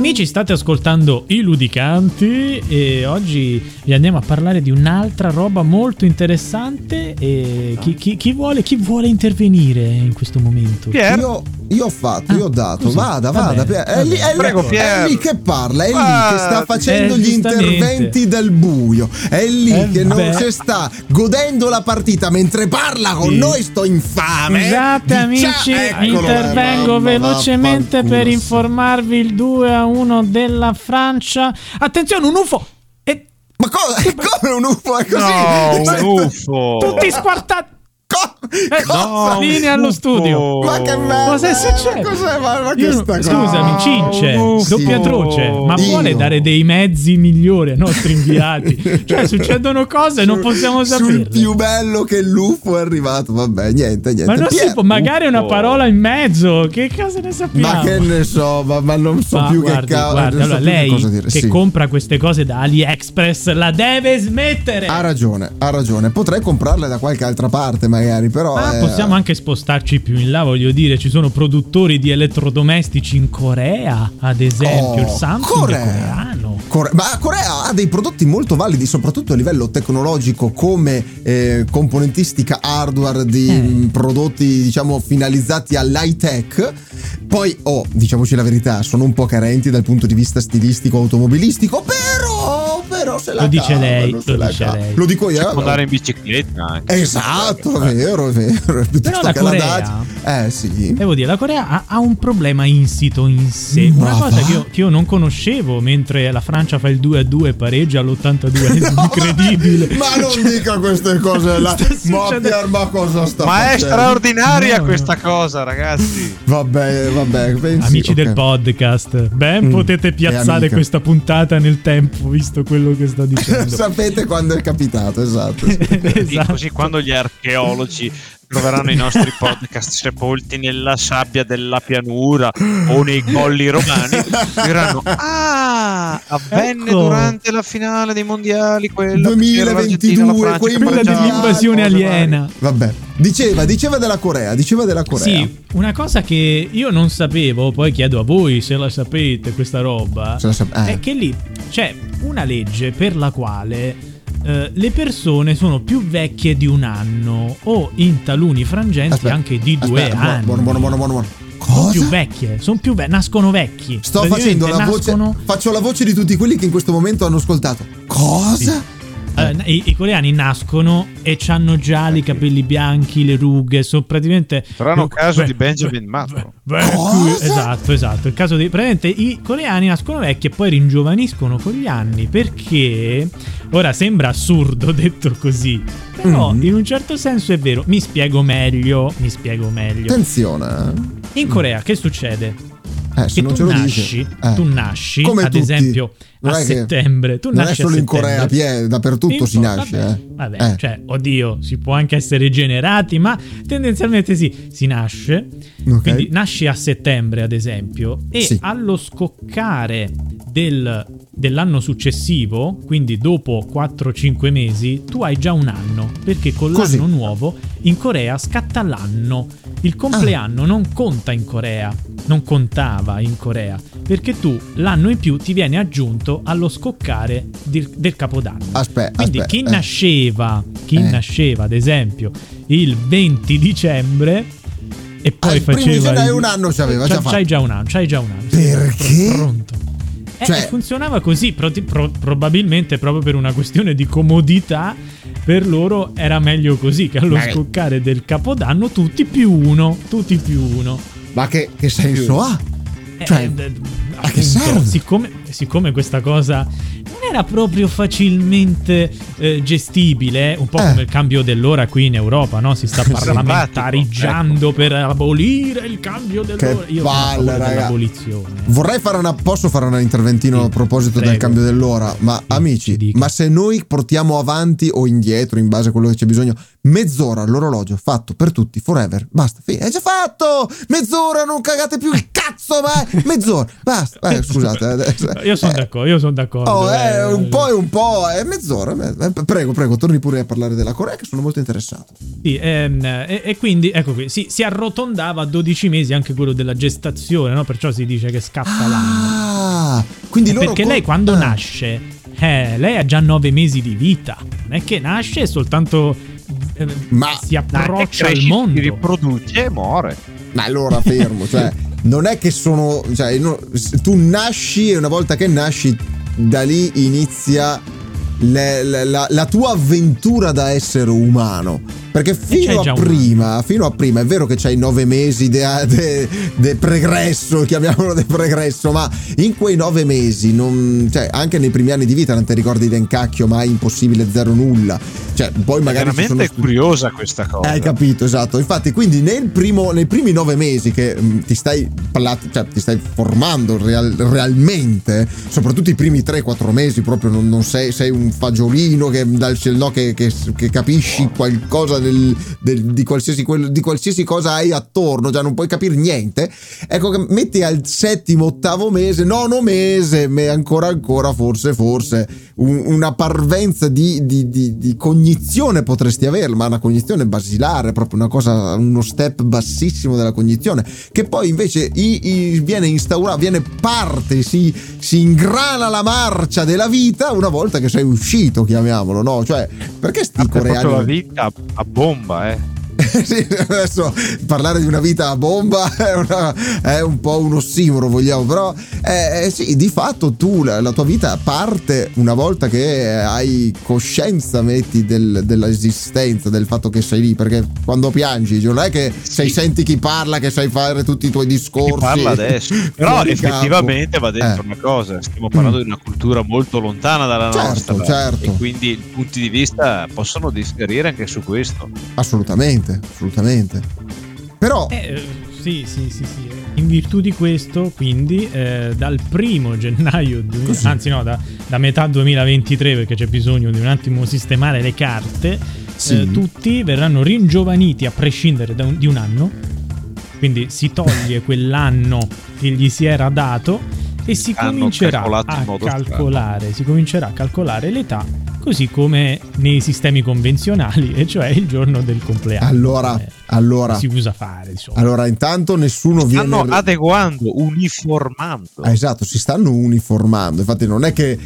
Amici, state ascoltando I Ludicanti e oggi vi andiamo a parlare di un'altra roba molto interessante. E chi vuole intervenire in questo momento? Io ho dato. Così. Vada. È lì che parla, è lì che sta facendo gli interventi del buio, è lì che non si sta godendo la partita mentre parla con noi, sto infame. Scusate amici, intervengo velocemente per informarvi il 2-1 della Francia. Attenzione, un UFO! Ma cosa? Come un UFO? È così? No, un UFO! Tutti squartati! Cosa? Linea allo studio. Ma che merda! Cos'è successo? Cos'è? Ma che sta Scusami, Cince, doppia croce, ma vuole dare dei mezzi migliori ai nostri inviati? Cioè, succedono cose e non possiamo saperle. Sul più bello che l'UFO è arrivato. Vabbè, niente. Ma non si può, magari una parola in mezzo. Che cosa ne sappiamo? Ma che ne so, ma non so più guardi, che cavolo. Guarda, allora, lei cosa dire. che compra queste cose da AliExpress la deve smettere. Ha ragione. Potrei comprarle da qualche altra parte, magari, però. Possiamo anche spostarci più in là, voglio dire, ci sono produttori di elettrodomestici in Corea, ad esempio, il Samsung è coreano. Ma Corea ha dei prodotti molto validi, soprattutto a livello tecnologico, come componentistica hardware di prodotti, diciamo, finalizzati all'high tech. Poi, diciamoci la verità, sono un po' carenti dal punto di vista stilistico automobilistico, però se la lo dice lei. Lo dico io. Può andare in bicicletta anche. Esatto, è vero. Però la Corea, sì. Devo dire, la Corea ha un problema insito in sé. Una cosa che io non conoscevo, mentre la Francia fa il 2-2 e pareggia all'82esimo. Incredibile. Ma non dica queste cose là. Ma cosa sta facendo? Ma è straordinaria questa cosa, ragazzi. Vabbè, pensi, amici del podcast, potete piazzare questa puntata nel tempo, visto quello che sto dicendo. Sapete quando è capitato, esatto. Esatto. Così quando gli archeologi troveranno i nostri podcast sepolti nella sabbia della pianura o nei colli romani, diranno: avvenne durante la finale dei mondiali, quella 2022, quella dell'invasione aliena. Vabbè, diceva della Corea. Sì, una cosa che io non sapevo, poi chiedo a voi se la sapete questa roba, è che lì c'è una legge per la quale le persone sono più vecchie di un anno o in taluni frangenti anche di 2 anni. Buono. Sono più vecchie, nascono vecchi. Sto facendo faccio la voce di tutti quelli che in questo momento hanno ascoltato. Cosa? Sì. I coreani nascono e hanno già i capelli bianchi, le rughe, sono praticamente. Saranno caso di Benjamin Button. Esatto. Il caso di praticamente i coreani nascono vecchi e poi ringiovaniscono con gli anni, perché ora sembra assurdo detto così, però in un certo senso è vero. Mi spiego meglio. Attenzione. In Corea che succede? Se non tu nasci come ad tutti. esempio a settembre. Tu non nasci è solo a in Corea, dappertutto si nasce. Vabbè, cioè, oddio, si può anche essere generati, ma tendenzialmente si nasce. Okay. Quindi nasci a settembre, ad esempio, e allo scoccare dell'anno successivo, quindi dopo 4-5 mesi, tu hai già un anno, perché con l'anno nuovo in Corea scatta l'anno. Il compleanno non conta in Corea, non contava in Corea, perché tu l'anno in più ti viene aggiunto allo scoccare del Capodanno. Quindi chi nasceva ad esempio il 20 dicembre e poi faceva un anno c'aveva già fatto. C'hai già un anno. Perché? Pronto. Funzionava così, probabilmente proprio per una questione di comodità. Per loro era meglio così, che allo scoccare del Capodanno tutti più uno. Ma che senso ha? A che serve? Siccome questa cosa non era proprio facilmente gestibile, un po' come il cambio dell'ora qui in Europa, no? Si sta parlamentareggiando per abolire il cambio dell'ora. Io palle, sono dell'abolizione. Vorrei posso fare un interventino a proposito del cambio dell'ora, ma amici, ma se noi portiamo avanti o indietro in base a quello che c'è bisogno, mezz'ora l'orologio fatto per tutti, forever, basta, è già fatto, mezz'ora, non cagate più il cazzo, ma mezz'ora, basta, scusate. Io sono d'accordo. Un po', è mezz'ora. Prego, torni pure a parlare della Corea, che sono molto interessato. Sì, e quindi ecco qui, si arrotondava a 12 mesi anche quello della gestazione, no? Perciò si dice che scappa l'anno. Quindi perché lei quando nasce, lei ha già 9 mesi di vita, non è che nasce e soltanto si approccia al mondo, si riproduce e muore. Ma allora fermo, cioè non è che sono, cioè, tu nasci e una volta che nasci da lì inizia la tua avventura da essere umano. Perché fino a prima è vero che c'hai 9 mesi de pregresso, chiamiamolo de pregresso, ma in quei 9 mesi cioè, anche nei primi anni di vita non ti ricordi den cacchio, mai, impossibile, zero nulla. Cioè, poi magari è veramente curiosa questa cosa. Hai capito, esatto. Infatti, quindi nei primi 9 mesi che ti stai formando realmente, soprattutto i primi 3-4 mesi, proprio non sei un fagiolino che capisci qualcosa di qualsiasi cosa hai attorno, già non puoi capire niente. Ecco che metti al 7-8 mese, 9 mese, ancora forse una parvenza di cognizione potresti averla, ma una cognizione basilare, proprio uno step bassissimo della cognizione, che poi invece viene instaurato, viene parte, si ingrana la marcia della vita una volta che sei uscito, chiamiamolo, no? Cioè, perché sti coreani la vita a bomba, sì, adesso parlare di una vita a bomba è un po' un ossimoro, vogliamo, però sì, di fatto tu la tua vita parte una volta che hai coscienza, metti, dell'esistenza, del fatto che sei lì, perché quando piangi non è che senti chi parla, che sai fare tutti i tuoi discorsi, chi parla adesso. Però effettivamente va detto una cosa, stiamo parlando di una cultura molto lontana dalla nostra, certo. E quindi i punti di vista possono differire anche su questo. Assolutamente. Però sì. In virtù di questo, quindi dal 1 gennaio da metà 2023, perché c'è bisogno di un attimo sistemare le carte, tutti verranno ringiovaniti a prescindere di un anno. Quindi si toglie quell'anno che gli si era dato e si comincerà a calcolare l'età così come nei sistemi convenzionali, e cioè il giorno del compleanno. Allora si usa fare, insomma. Allora, intanto nessuno stanno adeguando, uniformando. Esatto, si stanno uniformando. Infatti non è che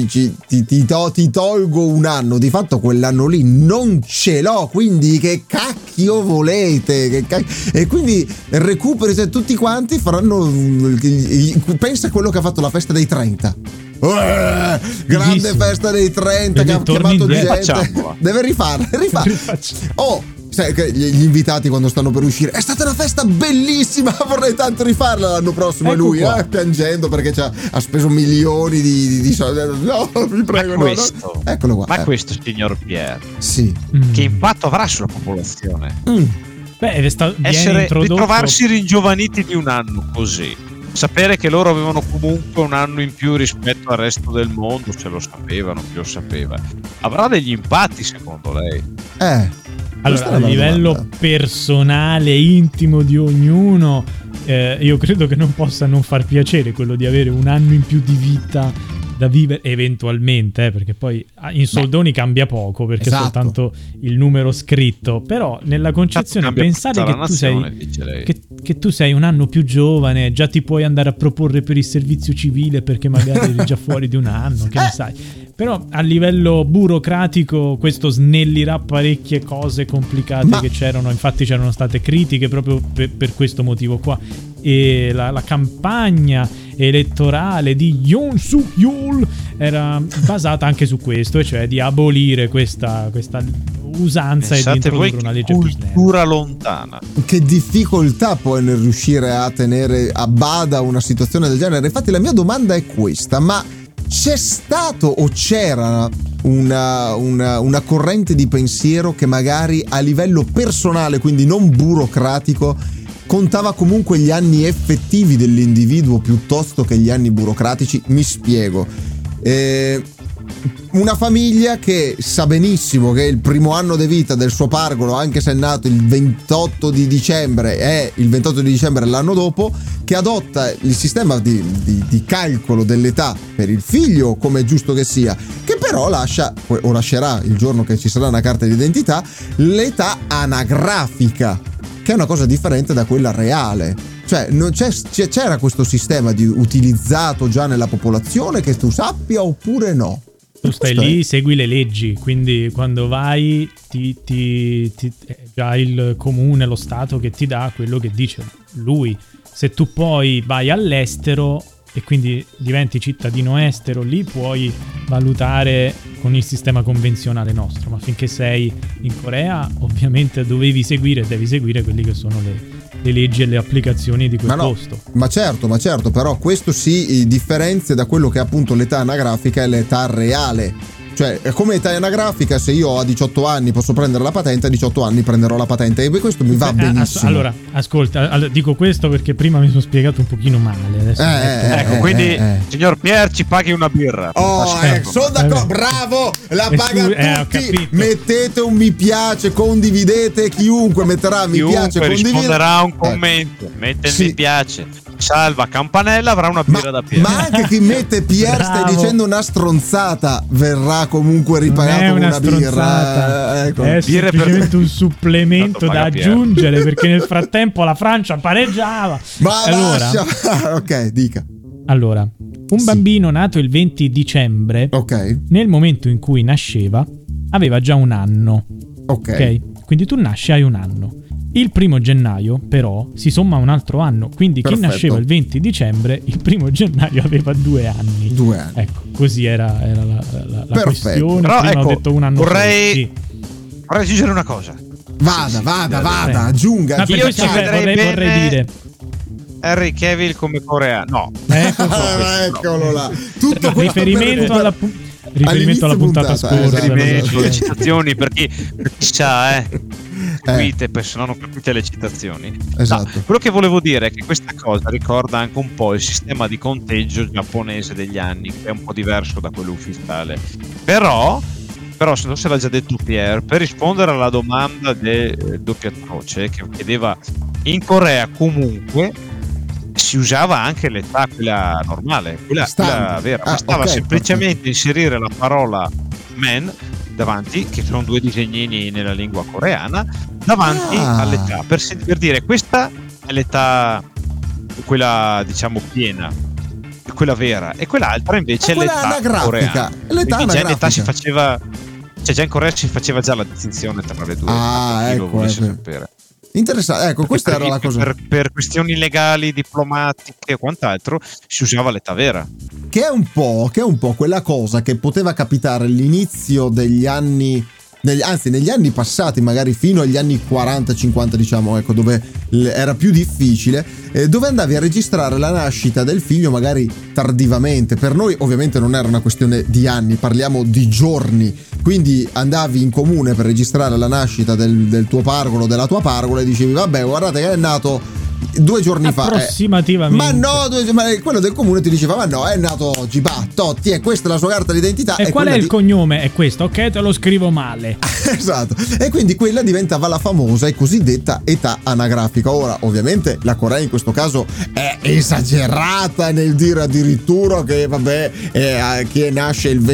ti tolgo un anno, di fatto quell'anno lì non ce l'ho, quindi che cacchio volete? E quindi recuperi, cioè, tutti quanti faranno, pensa a quello che ha fatto la festa dei 30. Grande festa dei 30 che ha chiamato gente. Deve rifarla. Sai che gli invitati quando stanno per uscire, è stata una festa bellissima, vorrei tanto rifarla l'anno prossimo. Ecco, e lui piangendo perché ha speso milioni di soldi. No, vi prego, no. Eccolo qua. Ma questo, signor Pierre, sì, che impatto avrà sulla popolazione? Ritrovarsi ringiovaniti di un anno così, sapere che loro avevano comunque un anno in più rispetto al resto del mondo, ce lo sapevano, chi lo sapeva, avrà degli impatti secondo lei? Allora, a livello personale, intimo di ognuno, io credo che non possa non far piacere quello di avere un anno in più di vita da vivere eventualmente, perché poi in soldoni cambia poco, perché è soltanto il numero scritto. Però nella concezione pensare che tu sei un anno più giovane, già ti puoi andare a proporre per il servizio civile perché magari eri già fuori di un anno, che ne sai. Però a livello burocratico questo snellirà parecchie cose complicate che c'erano. Infatti c'erano state critiche proprio per questo motivo qua. E la campagna elettorale di Yoon Suk Yeol era basata anche su questo, e cioè di abolire questa usanza. Pensate, e di introdurre una legge cultura lontana. Che difficoltà poi nel riuscire a tenere a bada una situazione del genere. Infatti la mia domanda è questa: ma c'è stato o c'era una corrente di pensiero che magari a livello personale, quindi non burocratico, contava comunque gli anni effettivi dell'individuo piuttosto che gli anni burocratici? Mi spiego. Una famiglia che sa benissimo che il primo anno di vita del suo pargolo, anche se è nato il 28 di dicembre, è il 28 di dicembre l'anno dopo, che adotta il sistema di calcolo dell'età per il figlio, come è giusto che sia, che però lascerà il giorno che ci sarà una carta d'identità l'età anagrafica, che è una cosa differente da quella reale. Cioè, c'era questo sistema utilizzato già nella popolazione che tu sappia oppure no? Tu stai lì, segui le leggi, quindi quando vai già il comune, lo Stato che ti dà quello che dice lui. Se tu poi vai all'estero e quindi diventi cittadino estero, lì puoi valutare con il sistema convenzionale nostro, ma finché sei in Corea ovviamente devi seguire quelli che sono le leggi e le applicazioni di quel posto. Ma certo, però questo si differenzia da quello che è appunto l'età anagrafica e l'età reale. Cioè, come età anagrafica, se io a 18 anni posso prendere la patente, a 18 anni prenderò la patente, e questo mi va benissimo. Allora, ascolta, dico questo perché prima mi sono spiegato un pochino male. Adesso quindi, signor Pier, ci paghi una birra. Sono d'accordo, bravo, la paga tutti. Mettete un mi piace, condividete, chiunque metterà mi piace, risponderà a un commento, mette il mi piace, salva campanella, avrà una birra da Pier. Ma anche chi mette Pier stai dicendo una stronzata, verrà comunque ripagato con una birra. È semplicemente un supplemento da aggiungere perché nel frattempo la Francia pareggiava. Ma allora, ok, dica. Allora, un bambino nato il 20 dicembre, nel momento in cui nasceva, aveva già un anno. Ok. Quindi tu nasci, hai un anno. Il 1 gennaio però si somma un altro anno, quindi chi nasceva il 20 dicembre il 1 gennaio aveva 2 anni. 2 anni. Ecco, così era la questione. Però prima ho detto un anno. Vorrei aggiungere una cosa. Vada, aggiunga. Io vorrei dire Henry Cavill come coreano. No. Eccolo là. Tutto riferimento alla puntata scorsa. Riferimento alle citazioni per chi sa, capite, se no non capite le citazioni. Esatto. No, quello che volevo dire è che questa cosa ricorda anche un po' il sistema di conteggio giapponese degli anni, che è un po' diverso da quello ufficiale. Però se non se l'ha già detto Pier, per rispondere alla domanda del doppio atroce che chiedeva, in Corea comunque si usava anche l'età quella normale, quella vera, bastava semplicemente inserire la parola man davanti, che sono 2 disegnini nella lingua coreana, davanti all'età, per dire questa è l'età, quella diciamo piena, quella vera, e quell'altra invece è l'età anagrafica. L'età si faceva, cioè già in Corea si faceva già la distinzione tra le due. Lo volesse sapere. Interessante, ecco, questa era la cosa. Per questioni legali, diplomatiche e quant'altro si usava l'età vera. Che è un po' quella cosa che poteva capitare all'inizio degli anni, negli anni passati, magari fino agli anni 40-50, diciamo, ecco, dove era più difficile, dove andavi a registrare la nascita del figlio magari tardivamente. Per noi ovviamente non era una questione di anni, parliamo di giorni, quindi andavi in comune per registrare la nascita del tuo pargolo, della tua pargola, e dicevi vabbè, guardate che è nato 2 giorni fa, approssimativamente. Ma no, ma quello del comune ti diceva ma no, è nato oggi, Totti, e questa è la sua carta d'identità. E qual è il cognome? È questo, ok, te lo scrivo male. Esatto. E quindi quella diventava la famosa e cosiddetta età anagrafica. Ora, ovviamente, la Corea in questo caso è esagerata nel dire addirittura che vabbè, chi nasce il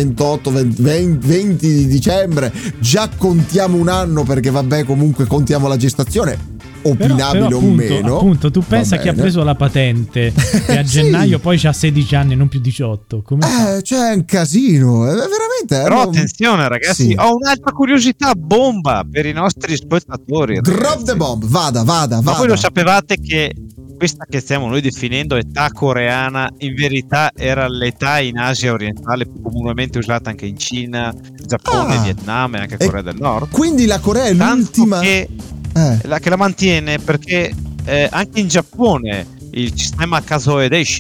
20 di dicembre già contiamo un anno, perché vabbè, comunque contiamo la gestazione. Opinabile però, o meno. Appunto, tu pensa che ha preso la patente e a gennaio poi c'ha 16 anni, non più 18. Come c'è un casino, veramente. Però attenzione, ragazzi, ho un'altra curiosità bomba per i nostri ascoltatori. Drop the bomb, vada. Ma voi lo sapevate che questa che stiamo noi definendo età coreana in verità era l'età in Asia orientale, più comunemente usata anche in Cina, Giappone, Vietnam e anche Corea del Nord. Quindi la Corea è l'ultima che la mantiene, perché anche in Giappone il sistema Kazoe-Odeshi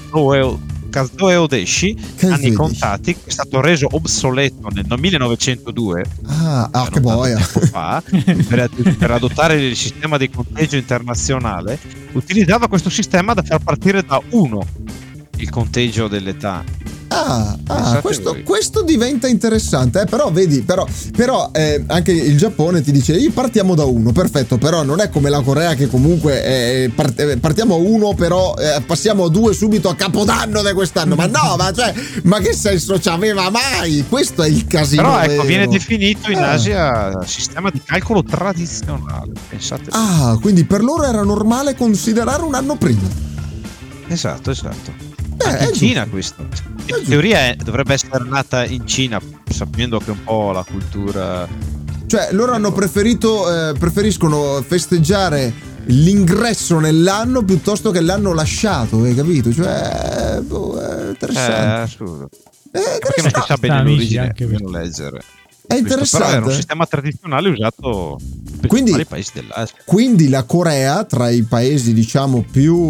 anni contati è stato reso obsoleto nel 1902 che boia fa, per adottare il sistema di conteggio internazionale. Utilizzava questo sistema da far partire da 1 il conteggio dell'età. questo diventa interessante, però vedi, però anche il Giappone ti dice partiamo da 1, perfetto, però non è come la Corea che comunque partiamo a 1, però passiamo a 2 subito a Capodanno di quest'anno, ma no, ma che senso c'aveva mai? Questo è il casino. Però ecco, viene definito in Asia sistema di calcolo tradizionale, pensate. Quindi per loro era normale considerare un anno prima. Esatto. Anche in Cina questo. In teoria dovrebbe essere nata in Cina, sapendo che un po' la cultura... Cioè loro hanno preferiscono festeggiare l'ingresso nell'anno piuttosto che l'anno lasciato, hai capito? Cioè è interessante. Assurdo. Perché non si sa bene l'origine, meno leggere. È interessante. Però era un sistema tradizionale usato per i paesi dell'Asia. Quindi la Corea, tra i paesi diciamo più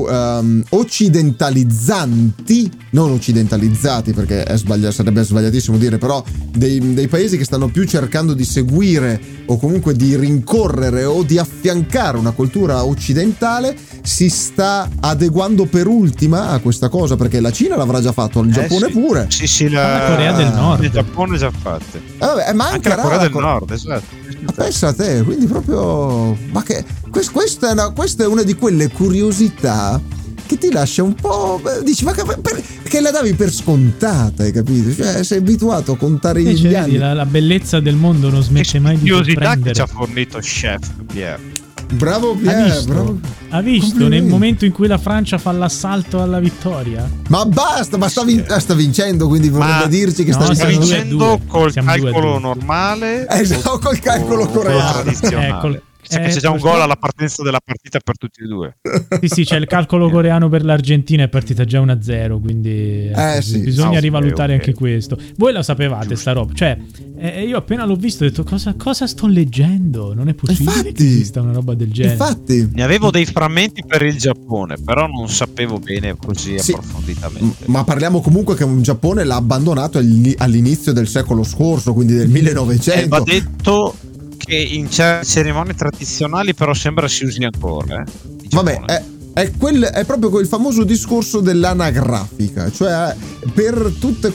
occidentalizzanti, non occidentalizzati perché sarebbe sbagliatissimo dire, però dei paesi che stanno più cercando di seguire o comunque di rincorrere o di affiancare una cultura occidentale, si sta adeguando per ultima a questa cosa, perché la Cina l'avrà già fatto, il Giappone pure. Sì, la Corea del Nord. Il Giappone già fatte. Ma anche la Corea del Nord, esatto. Ma pensa a te, quindi proprio... Ma che questa è una di quelle curiosità che ti lascia un po'... Dici, ma che la davi per scontata, hai capito? Cioè, sei abituato a contare gli anni. La bellezza del mondo non smette mai di sorprendere. Curiosità che ci ha fornito Chef Pierre. Bravo Pierre, ha visto nel momento in cui la Francia fa l'assalto alla vittoria? Ma basta, sta vincendo, quindi vorrebbe dirci che sta vincendo col calcolo normale. Esatto, col calcolo coreano. Tradizionale. C'è già un gol alla partenza della partita per tutti e due. Sì, c'è il calcolo coreano per l'Argentina, è partita già 1-0, quindi bisogna rivalutare anche questo. Voi la sapevate sta roba? Cioè, io appena l'ho visto ho detto cosa sto leggendo? Non è possibile che esista una roba del genere. Infatti, ne avevo dei frammenti per il Giappone, però non sapevo bene così approfonditamente. Ma parliamo comunque che un Giappone l'ha abbandonato all'inizio del secolo scorso, quindi del 1900. Va detto che in certe cerimonie tradizionali però sembra si usi ancora. Vabbè, è proprio quel famoso discorso dell'anagrafica, cioè per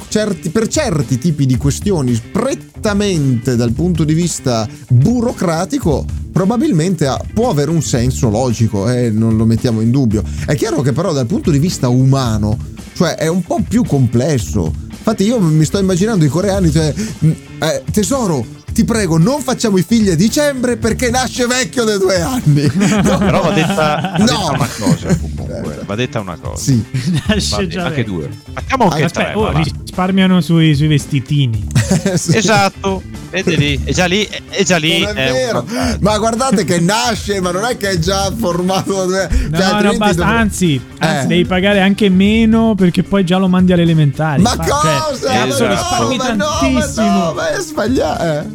certi tipi di questioni prettamente dal punto di vista burocratico probabilmente può avere un senso logico, non lo mettiamo in dubbio. È chiaro che però dal punto di vista umano, cioè è un po' più complesso. Infatti io mi sto immaginando i coreani, cioè tesoro, ti prego, non facciamo i figli a dicembre perché nasce vecchio da 2 anni. No. Però va detta una cosa comunque. Va detta una cosa. Sì. Nasce già anche 2. Facciamo anche 3. Risparmiano sui vestitini. Sì. Esatto. Vedi lì. È già lì. Non è vero. Ma guardate che nasce, ma non è che è già formato da 2 anni. No, basta. Anzi, devi pagare anche meno perché poi già lo mandi alle elementari. Ma cosa? Risparmi tantissimo. Ma è sbagliato.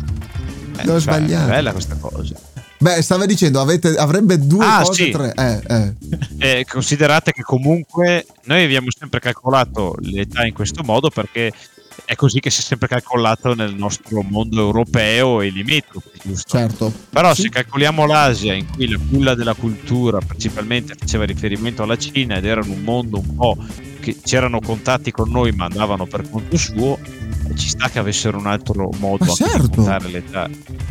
Devo sbagliare. È bella questa cosa. Beh, stava dicendo avrebbe 2 cose, sì. 3. Considerate che comunque noi abbiamo sempre calcolato l'età in questo modo perché è così che si è sempre calcolato nel nostro mondo europeo e limitrofi, giusto? Certo. Però se calcoliamo l'Asia, in cui la culla della cultura principalmente faceva riferimento alla Cina ed era un mondo un po' che c'erano contatti con noi ma andavano per conto suo, ci sta che avessero un altro modo a contare l'età.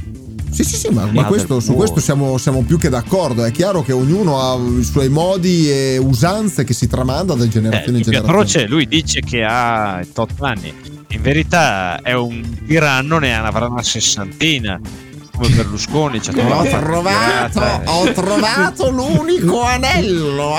Sì, ma su questo siamo più che d'accordo. È chiaro che ognuno ha i suoi modi e usanze che si tramanda da generazione in generazione. Atroce, lui dice che ha 8 anni, in verità è un tiranno, ne avrà una 60, come Berlusconi. Ho trovato l'unico anello.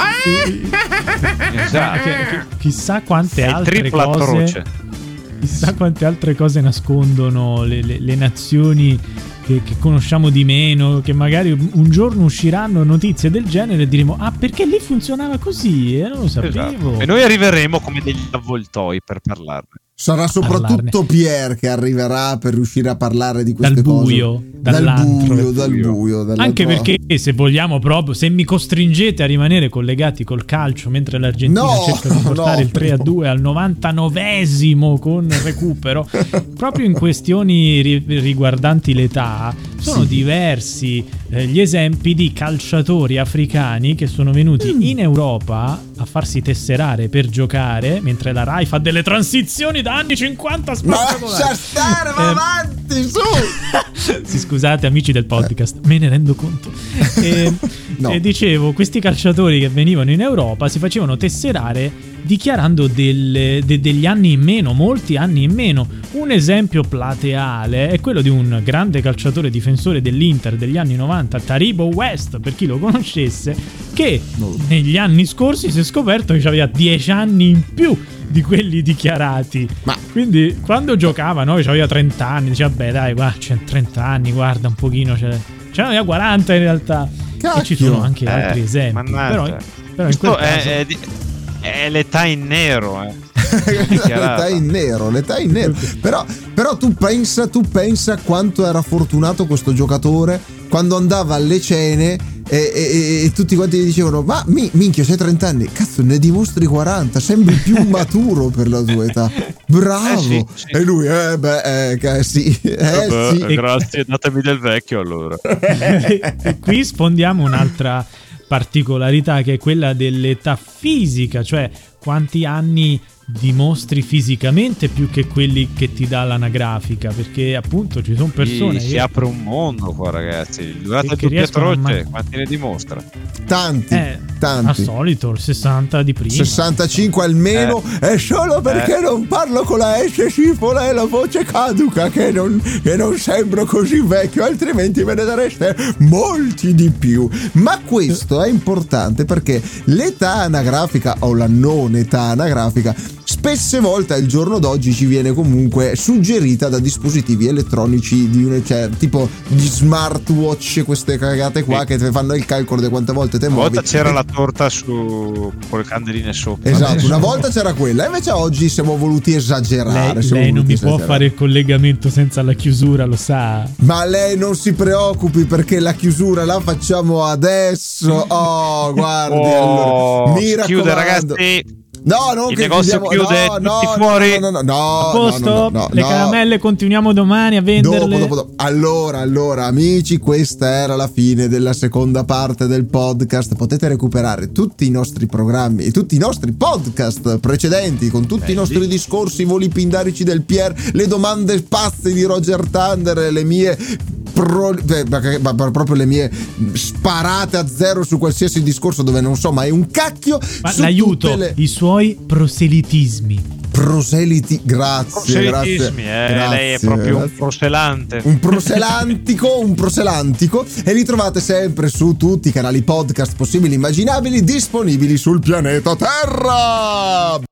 Esatto. Chissà quante altre cose. Atroce. Chissà quante altre cose nascondono le nazioni che conosciamo di meno, che magari un giorno usciranno notizie del genere e diremo perché lì funzionava così, non lo sapevo. Esatto. E noi arriveremo come degli avvoltoi per parlarne. Sarà soprattutto Pierre che arriverà per riuscire a parlare di queste cose. Dal buio. Anche perché se vogliamo proprio, se mi costringete a rimanere collegati col calcio mentre l'Argentina cerca di portare il 3-2 al 99esimo con recupero, proprio in questioni riguardanti l'età, sono diversi gli esempi di calciatori africani che sono venuti in Europa a farsi tesserare per giocare, mentre la Rai fa delle transizioni da anni 50 spettacolari. Ma lascia stare, va avanti, su! Sì, scusate amici del podcast, me ne rendo conto. E dicevo, questi calciatori che venivano in Europa si facevano tesserare dichiarando degli anni in meno, molti anni in meno. Un esempio plateale è quello di un grande calciatore difensore dell'Inter degli anni 90, Taribo West, per chi lo conoscesse, che negli anni scorsi si è scoperto che aveva 10 anni in più di quelli dichiarati. Ma quindi quando giocava, no, aveva 30 anni, diceva vabbè dai, guarda, c'è 30 anni, guarda un pochino, ce n'aveva 40 in realtà. Cacchio. E ci sono anche altri esempi. Però in quel caso è l'età in nero, l'età in nero. Però tu pensa quanto era fortunato questo giocatore quando andava alle cene e tutti quanti gli dicevano: ma minchia, c'hai 30 anni, cazzo, ne dimostri 40, sembri più maturo per la tua età, bravo. Sì. E lui sì. Grazie, datemi del vecchio allora. E qui sfondiamo un'altra particolarità, che è quella dell'età fisica, cioè quanti anni dimostri fisicamente più che quelli che ti dà l'anagrafica, perché appunto ci sono persone si apre un mondo qua, ragazzi. Durata il doppio croce, quanti ne dimostra? Tanti. Al solito il 60 di prima, 65 almeno, è solo perché non parlo con la S cifola e la voce caduca che non sembro così vecchio, altrimenti me ne dareste molti di più. Ma questo è importante perché l'età anagrafica o la non età anagrafica spesse volte al giorno d'oggi ci viene comunque suggerita da dispositivi elettronici tipo gli smartwatch, queste cagate qua che fanno il calcolo di quante volte te muovi. Una volta c'era la torta con le candeline sopra. Esatto, una volta c'era quella, invece oggi siamo voluti esagerare. Lei non mi può fare il collegamento senza la chiusura, lo sa. Ma lei non si preoccupi, perché la chiusura la facciamo adesso. Oh, guardi, allora, mi raccomando. Chiude, ragazzi. No, non il che negozio chiude, tutti fuori. No, a posto, le caramelle continuiamo domani a venderle. Dopo. Allora, amici, questa era la fine della seconda parte del podcast. Potete recuperare tutti i nostri programmi e tutti i nostri podcast precedenti con tutti i nostri discorsi, i voli pindarici del Pier, le domande pazze di Roger Thunder, le mie proprio le mie sparate a zero su qualsiasi discorso dove non so mai un cacchio. Ma l'aiuto, i suoi proselitismi. Grazie. Lei è proprio un proselante. Un proselantico. E li trovate sempre su tutti i canali podcast possibili e immaginabili disponibili sul pianeta Terra.